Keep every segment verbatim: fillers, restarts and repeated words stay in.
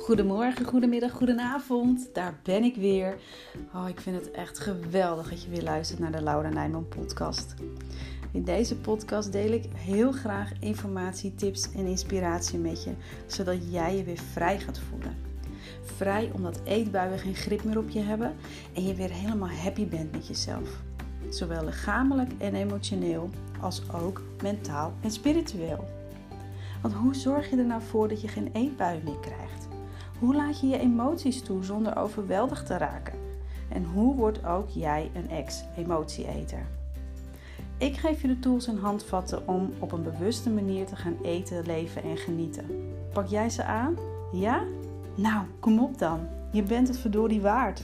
Goedemorgen, goedemiddag, goedenavond. Daar ben ik weer. Oh, ik vind het echt geweldig dat je weer luistert naar de Laura Nijman podcast. In deze podcast deel ik heel graag informatie, tips en inspiratie met je, zodat jij je weer vrij gaat voelen. Vrij omdat eetbuien geen grip meer op je hebben en je weer helemaal happy bent met jezelf. Zowel lichamelijk en emotioneel als ook mentaal en spiritueel. Want hoe zorg je er nou voor dat je geen eetbuien meer krijgt? Hoe laat je je emoties toe zonder overweldigd te raken? En hoe wordt ook jij een ex-emotieeter? Ik geef je de tools en handvatten om op een bewuste manier te gaan eten, leven en genieten. Pak jij ze aan? Ja? Nou, kom op dan. Je bent het verdorie waard.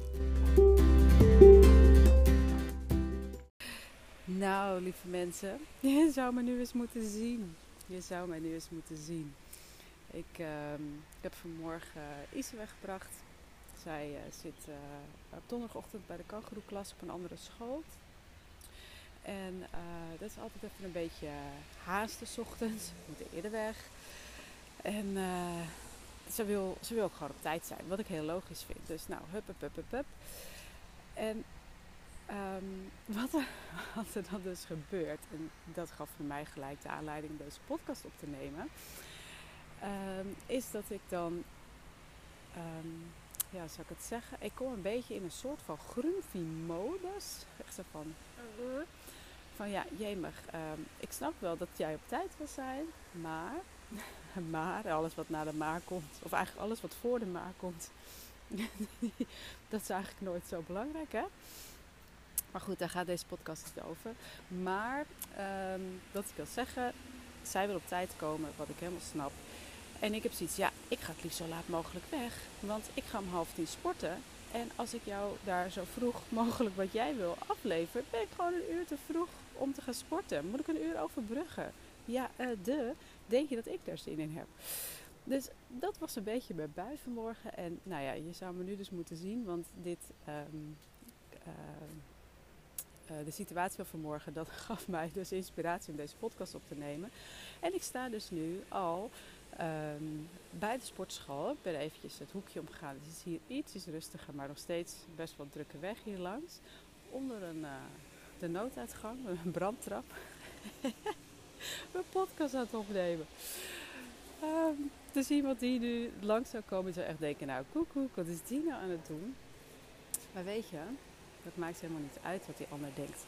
Nou, lieve mensen, je zou me nu eens moeten zien. Je zou mij nu eens moeten zien. Ik, uh, ik heb vanmorgen Ise weggebracht. Zij uh, zit uh, op donderdagochtend bij de kangoeroeklas op een andere school. En uh, dat is altijd even een beetje haasten 's ochtends. We moeten eerder weg. En uh, ze, wil, ze wil ook gewoon op tijd zijn, wat ik heel logisch vind. Dus nou, hup, hup, hup, hup, hup. En um, wat, er, wat er dan dus gebeurt, en dat gaf voor mij gelijk de aanleiding om deze podcast op te nemen, um, is dat ik dan, um, ja, zou ik het zeggen, ik kom een beetje in een soort van groenvie-modus. Echt zo van, uh, van ja, jemig, um, ik snap wel dat jij op tijd wil zijn, maar, maar, alles wat na de maar komt, of eigenlijk alles wat voor de maar komt, dat is eigenlijk nooit zo belangrijk, hè? Maar goed, daar gaat deze podcast niet over. Maar, um, wat ik wil zeggen, zij wil op tijd komen, wat ik helemaal snap. En ik heb zoiets, ja, ik ga het liefst zo laat mogelijk weg. Want ik ga om half tien sporten. En als ik jou daar zo vroeg mogelijk wat jij wil afleveren, ben ik gewoon een uur te vroeg om te gaan sporten. Moet ik een uur overbruggen? Ja, uh, de, denk je dat ik daar zin in heb? Dus dat was een beetje mijn bui vanmorgen. En nou ja, je zou me nu dus moeten zien, want dit... Um, uh, Uh, de situatie van vanmorgen, dat gaf mij dus inspiratie om deze podcast op te nemen. En ik sta dus nu al um, bij de sportschool. Ik ben eventjes het hoekje omgegaan. Het is hier ietsjes rustiger, maar nog steeds best wel drukke weg hier langs. Onder een, uh, de nooduitgang, een brandtrap. Mijn podcast aan het opnemen. Um, dus iemand die nu langs zou komen, zou echt denken, nou koekoek, wat is die nou aan het doen? Maar weet je... Dat maakt helemaal niet uit wat die ander denkt.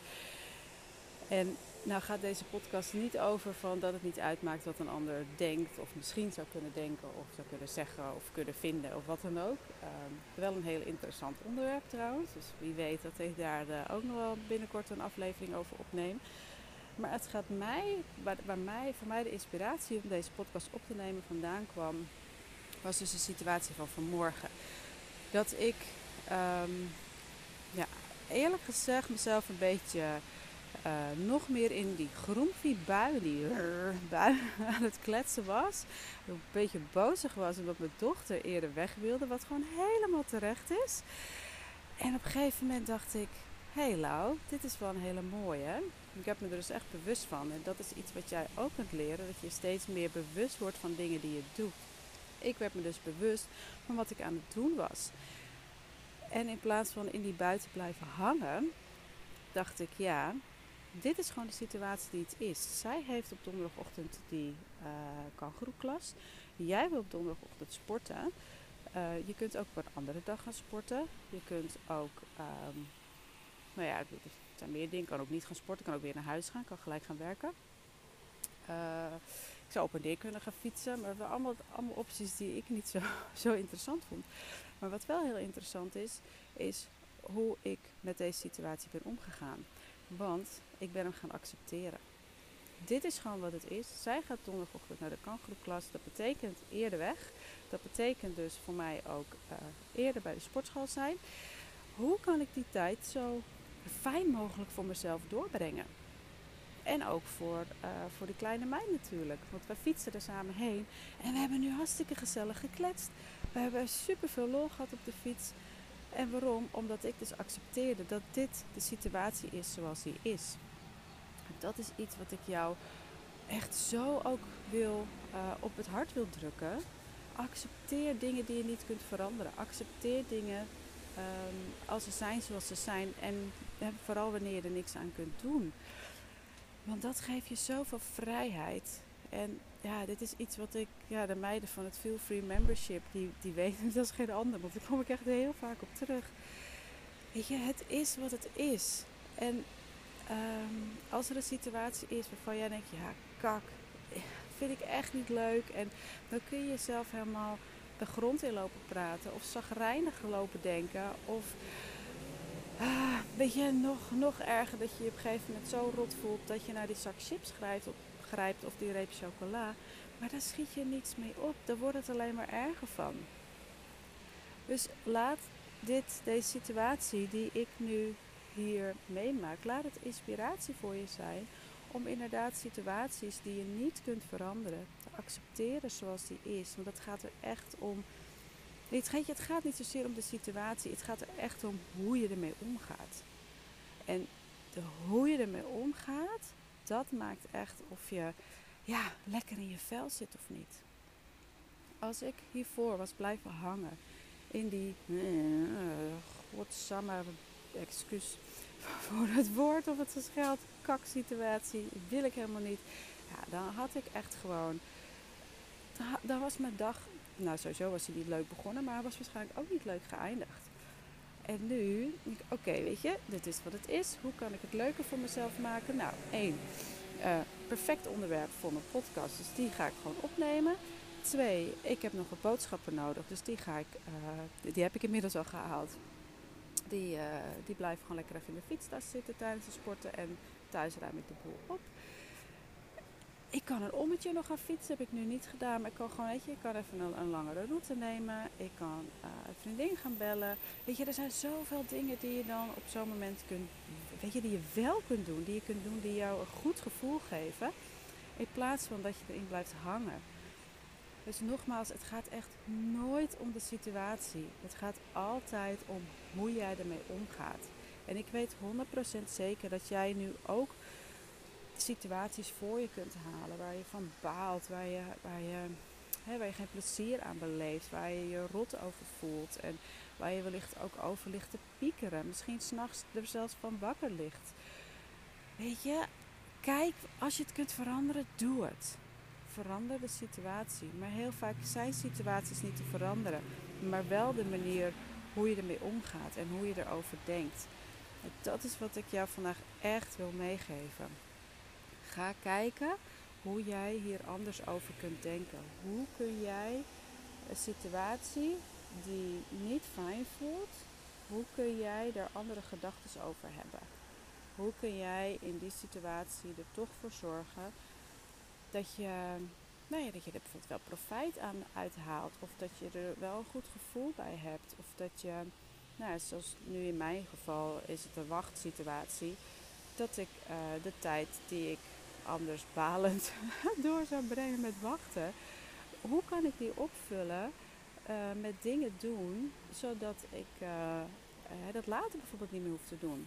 En nou gaat deze podcast niet over van dat het niet uitmaakt wat een ander denkt. Of misschien zou kunnen denken of zou kunnen zeggen of kunnen vinden of wat dan ook. Uh, wel een heel interessant onderwerp trouwens. Dus wie weet dat ik daar uh, ook nog wel binnenkort een aflevering over opneem. Maar het gaat mij, waar, waar mij, voor mij de inspiratie om deze podcast op te nemen vandaan kwam, was dus de situatie van vanmorgen. Dat ik... Um, Ja, eerlijk gezegd mezelf een beetje uh, nog meer in die groenvie-bui, die rrr, bui aan het kletsen was. Een beetje bozig was omdat mijn dochter eerder weg wilde, wat gewoon helemaal terecht is. En op een gegeven moment dacht ik, hé hey Lau, dit is wel een hele mooie. Ik heb me er dus echt bewust van. En dat is iets wat jij ook kunt leren, dat je steeds meer bewust wordt van dingen die je doet. Ik werd me dus bewust van wat ik aan het doen was. En in plaats van in die buiten blijven hangen, dacht ik, ja, dit is gewoon de situatie die het is. Zij heeft op donderdagochtend die uh, kangoeroeklas. Jij wil op donderdagochtend sporten. Uh, je kunt ook op een andere dag gaan sporten. Je kunt ook, um, nou ja, er zijn meer dingen. Je kan ook niet gaan sporten, kan ook weer naar huis gaan, kan gelijk gaan werken. Uh, ik zou op en neer kunnen gaan fietsen, maar we allemaal, allemaal opties die ik niet zo, zo interessant vond. Maar wat wel heel interessant is, is hoe ik met deze situatie ben omgegaan. Want ik ben hem gaan accepteren. Dit is gewoon wat het is. Zij gaat donderdagochtend naar de kangoeroeklas. Dat betekent eerder weg. Dat betekent dus voor mij ook uh, eerder bij de sportschool zijn. Hoe kan ik die tijd zo fijn mogelijk voor mezelf doorbrengen? En ook voor, uh, voor de kleine meid natuurlijk. Want wij fietsen er samen heen. En we hebben nu hartstikke gezellig gekletst. We hebben super veel lol gehad op de fiets. En waarom? Omdat ik dus accepteerde dat dit de situatie is zoals die is. En dat is iets wat ik jou echt zo ook wil, uh, op het hart wil drukken. accepteer dingen die je niet kunt veranderen. Accepteer dingen um, als ze zijn zoals ze zijn. En uh, vooral wanneer je er niks aan kunt doen. Want dat geeft je zoveel vrijheid. En ja, dit is iets wat ik, ja, de meiden van het Feel Free Membership, die, die weten het als geen ander. Want daar kom ik echt heel vaak op terug. Weet je, het is wat het is. En um, als er een situatie is waarvan jij denkt, ja, kak, vind ik echt niet leuk. En dan kun je jezelf helemaal de grond in lopen praten. Of chagrijnig lopen denken. Of, ah, weet je, nog, nog erger dat je je op een gegeven moment zo rot voelt dat je naar die zak chips grijpt, op, grijpt of die reep chocola. Maar daar schiet je niets mee op. Daar wordt het alleen maar erger van. Dus laat dit, deze situatie die ik nu hier meemaak, laat het inspiratie voor je zijn om inderdaad situaties die je niet kunt veranderen te accepteren zoals die is. Want het gaat er echt om. Het gaat, het gaat niet zozeer om de situatie, het gaat er echt om hoe je ermee omgaat. En de, hoe je ermee omgaat, dat maakt echt of je ja, lekker in je vel zit of niet. Als ik hiervoor was blijven hangen in die uh, godsamme, excuus voor het woord of het gescheld, kaksituatie, wil ik helemaal niet. Ja, dan had ik echt gewoon, dan was mijn dag, nou sowieso was hij niet leuk begonnen, maar hij was waarschijnlijk ook niet leuk geëindigd. En nu denk ik, oké, okay, weet je, dit is wat het is. Hoe kan ik het leuker voor mezelf maken? Nou, één, uh, perfect onderwerp voor mijn podcast, dus die ga ik gewoon opnemen. Twee, ik heb nog wat boodschappen nodig, dus die ga ik, uh, die heb ik inmiddels al gehaald. Die, uh, die blijven gewoon lekker even in de fietstas zitten tijdens het sporten en thuis ruim ik de boel op. Ik kan een ommetje nog gaan fietsen, heb ik nu niet gedaan, maar ik kan gewoon, weet je, ik kan even een, een langere route nemen. Ik kan uh, een vriendin gaan bellen. Weet je, er zijn zoveel dingen die je dan op zo'n moment kunt, weet je, die je wel kunt doen, die je kunt doen, die jou een goed gevoel geven, in plaats van dat je erin blijft hangen. Dus nogmaals, het gaat echt nooit om de situatie. Het gaat altijd om hoe jij ermee omgaat. En ik weet honderd procent zeker dat jij nu ook situaties voor je kunt halen waar je van baalt, waar je, waar je, hè, waar je geen plezier aan beleeft, waar je je rot over voelt en waar je wellicht ook over ligt te piekeren. Misschien 's nachts er zelfs van wakker ligt. Weet je, kijk, als je het kunt veranderen, doe het. Verander de situatie. Maar heel vaak zijn situaties niet te veranderen. Maar wel de manier hoe je ermee omgaat en hoe je erover denkt. En dat is wat ik jou vandaag echt wil meegeven. Ga kijken hoe jij hier anders over kunt denken. Hoe kun jij een situatie die niet fijn voelt, hoe kun jij daar andere gedachten over hebben? Hoe kun jij in die situatie er toch voor zorgen dat je, nou ja, dat je er bijvoorbeeld wel profijt aan uithaalt. Of dat je er wel een goed gevoel bij hebt. Of dat je, nou zoals nu in mijn geval is het een wachtsituatie. Dat ik uh, de tijd die ik anders balend door zou brengen met wachten. Hoe kan ik die opvullen uh, met dingen doen. Zodat ik uh, uh, dat later bijvoorbeeld niet meer hoef te doen.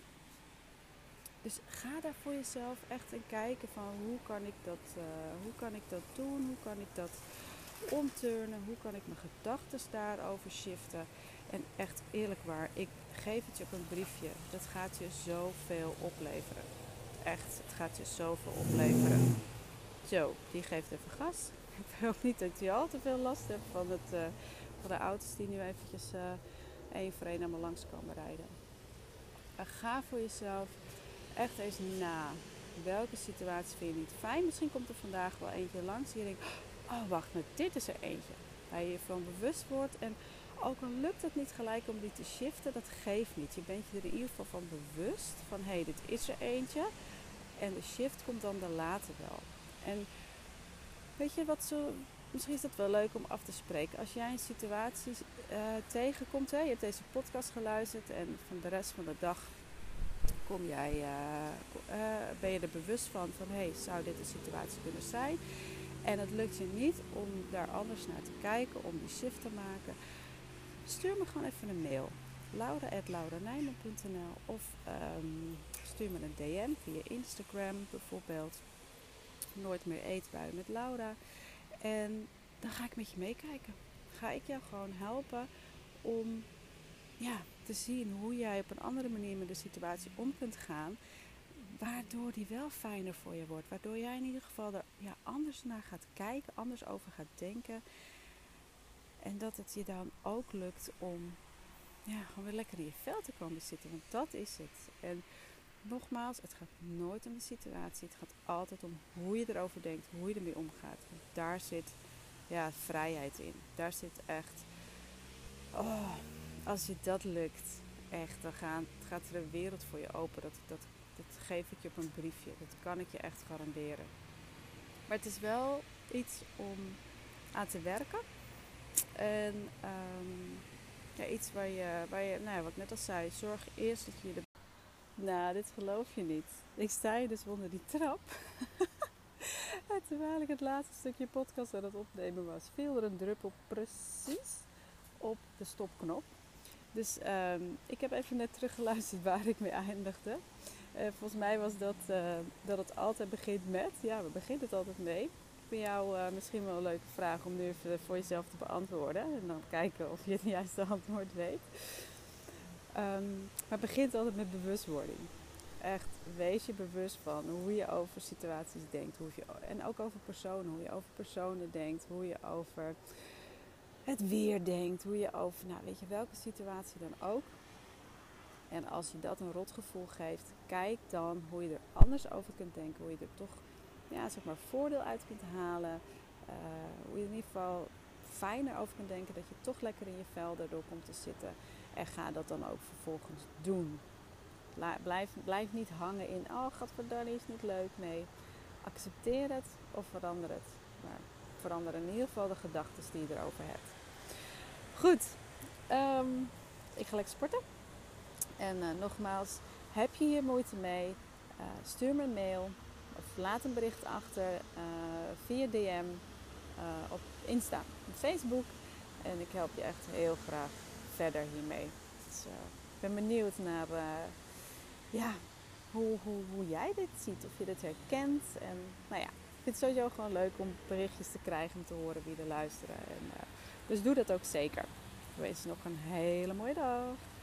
Dus ga daar voor jezelf echt in kijken van hoe kan ik dat, uh, hoe kan ik dat doen, hoe kan ik dat omturnen, hoe kan ik mijn gedachten daarover shiften. En echt eerlijk waar, ik geef het je op een briefje, dat gaat je zoveel opleveren. Echt, het gaat je zoveel opleveren. Zo, die geeft even gas. Ik wil ook niet dat je al te veel last hebt van, het, uh, van de auto's die nu eventjes uh, één voor één allemaal langs komen rijden. Uh, ga voor jezelf echt eens na. Welke situatie vind je niet fijn? Misschien komt er vandaag wel eentje langs die je denkt, oh wacht, maar dit is er eentje. Waar je je van bewust wordt. En ook al lukt het niet gelijk om die te shiften, dat geeft niet. Je bent je er in ieder geval van bewust. Van hé, hey, dit is er eentje. En de shift komt dan er later wel. En weet je wat zo... Misschien is het wel leuk om af te spreken. Als jij een situatie uh, tegenkomt, hè, je hebt deze podcast geluisterd en van de rest van de dag kom jij, uh, uh, ben je er bewust van, van hé, hey, zou dit een situatie kunnen zijn? En het lukt je niet om daar anders naar te kijken, om die shift te maken. Stuur me gewoon even een mail. laura at lauranijman punt n l of um, stuur me een D M via Instagram bijvoorbeeld. Nooit meer eetbui met Laura. En dan ga ik met je meekijken. ga ik jou gewoon helpen om ja, te zien hoe jij op een andere manier met de situatie om kunt gaan. Waardoor die wel fijner voor je wordt. Waardoor jij in ieder geval er ja, anders naar gaat kijken, anders over gaat denken. En dat het je dan ook lukt om ja, gewoon weer lekker in je vel te komen zitten. Want dat is het. En nogmaals, het gaat nooit om de situatie. Het gaat altijd om hoe je erover denkt, hoe je ermee omgaat. Want daar zit ja, vrijheid in. Daar zit echt... Oh, als je dat lukt, echt, dan gaat, gaat er een wereld voor je open. Dat, dat, dat geef ik je op een briefje. Dat kan ik je echt garanderen. Maar het is wel iets om aan te werken. En um, ja, iets waar je, waar je, nou ja, wat ik net al zei, zorg eerst dat je de... Nou, dit geloof je niet. Ik sta hier dus onder die trap. En terwijl ik het laatste stukje podcast aan het opnemen was, viel er een druppel precies op de stopknop. Dus um, ik heb even net teruggeluisterd waar ik mee eindigde. Uh, volgens mij was dat, uh, dat het altijd begint met. Ja, we beginnen het altijd mee. Ik vind jou uh, misschien wel een leuke vraag om nu even voor jezelf te beantwoorden. En dan kijken of je het juiste antwoord weet. Um, maar het begint altijd met bewustwording. Echt, wees je bewust van hoe je over situaties denkt. Hoe je, en ook over personen. Hoe je over personen denkt. Hoe je over het weer denkt. Hoe je over, nou weet je, welke situatie dan ook. En als je dat een rotgevoel geeft, kijk dan hoe je er anders over kunt denken. Hoe je er toch, ja, zeg maar, voordeel uit kunt halen. Uh, hoe je in ieder geval fijner over kunt denken. Dat je toch lekker in je vel daardoor komt te zitten. En ga dat dan ook vervolgens doen. Blijf, blijf niet hangen in, oh, gadverdamme, is niet leuk. Nee, accepteer het of verander het. Maar verander in ieder geval de gedachten die je erover hebt. Goed, um, ik ga lekker sporten. En uh, nogmaals, heb je hier moeite mee, uh, stuur me een mail of laat een bericht achter uh, via D M uh, op Insta en Facebook. En ik help je echt heel graag verder hiermee. Dus, uh, ik ben benieuwd naar uh, ja, hoe, hoe, hoe jij dit ziet, of je dit herkent. En nou ja, ik vind het sowieso gewoon leuk om berichtjes te krijgen, om te horen wie er luisteren. En, uh, dus doe dat ook zeker. Ik wens je nog een hele mooie dag.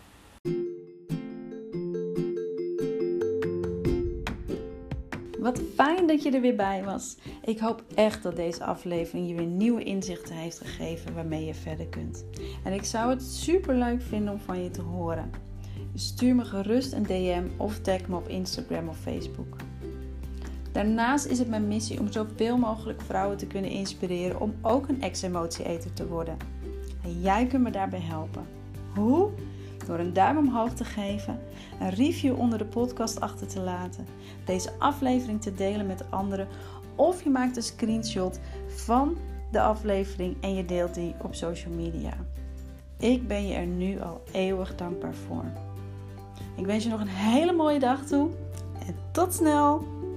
Wat fijn dat je er weer bij was. Ik hoop echt dat deze aflevering je weer nieuwe inzichten heeft gegeven waarmee je verder kunt. En ik zou het super leuk vinden om van je te horen. Dus stuur me gerust een D M of tag me op Instagram of Facebook. Daarnaast is het mijn missie om zoveel mogelijk vrouwen te kunnen inspireren om ook een ex-emotieeter te worden. En jij kunt me daarbij helpen. Hoe? Door een duim omhoog te geven, een review onder de podcast achter te laten, deze aflevering te delen met anderen of je maakt een screenshot van de aflevering en je deelt die op social media. Ik ben je er nu al eeuwig dankbaar voor. Ik wens je nog een hele mooie dag toe en tot snel!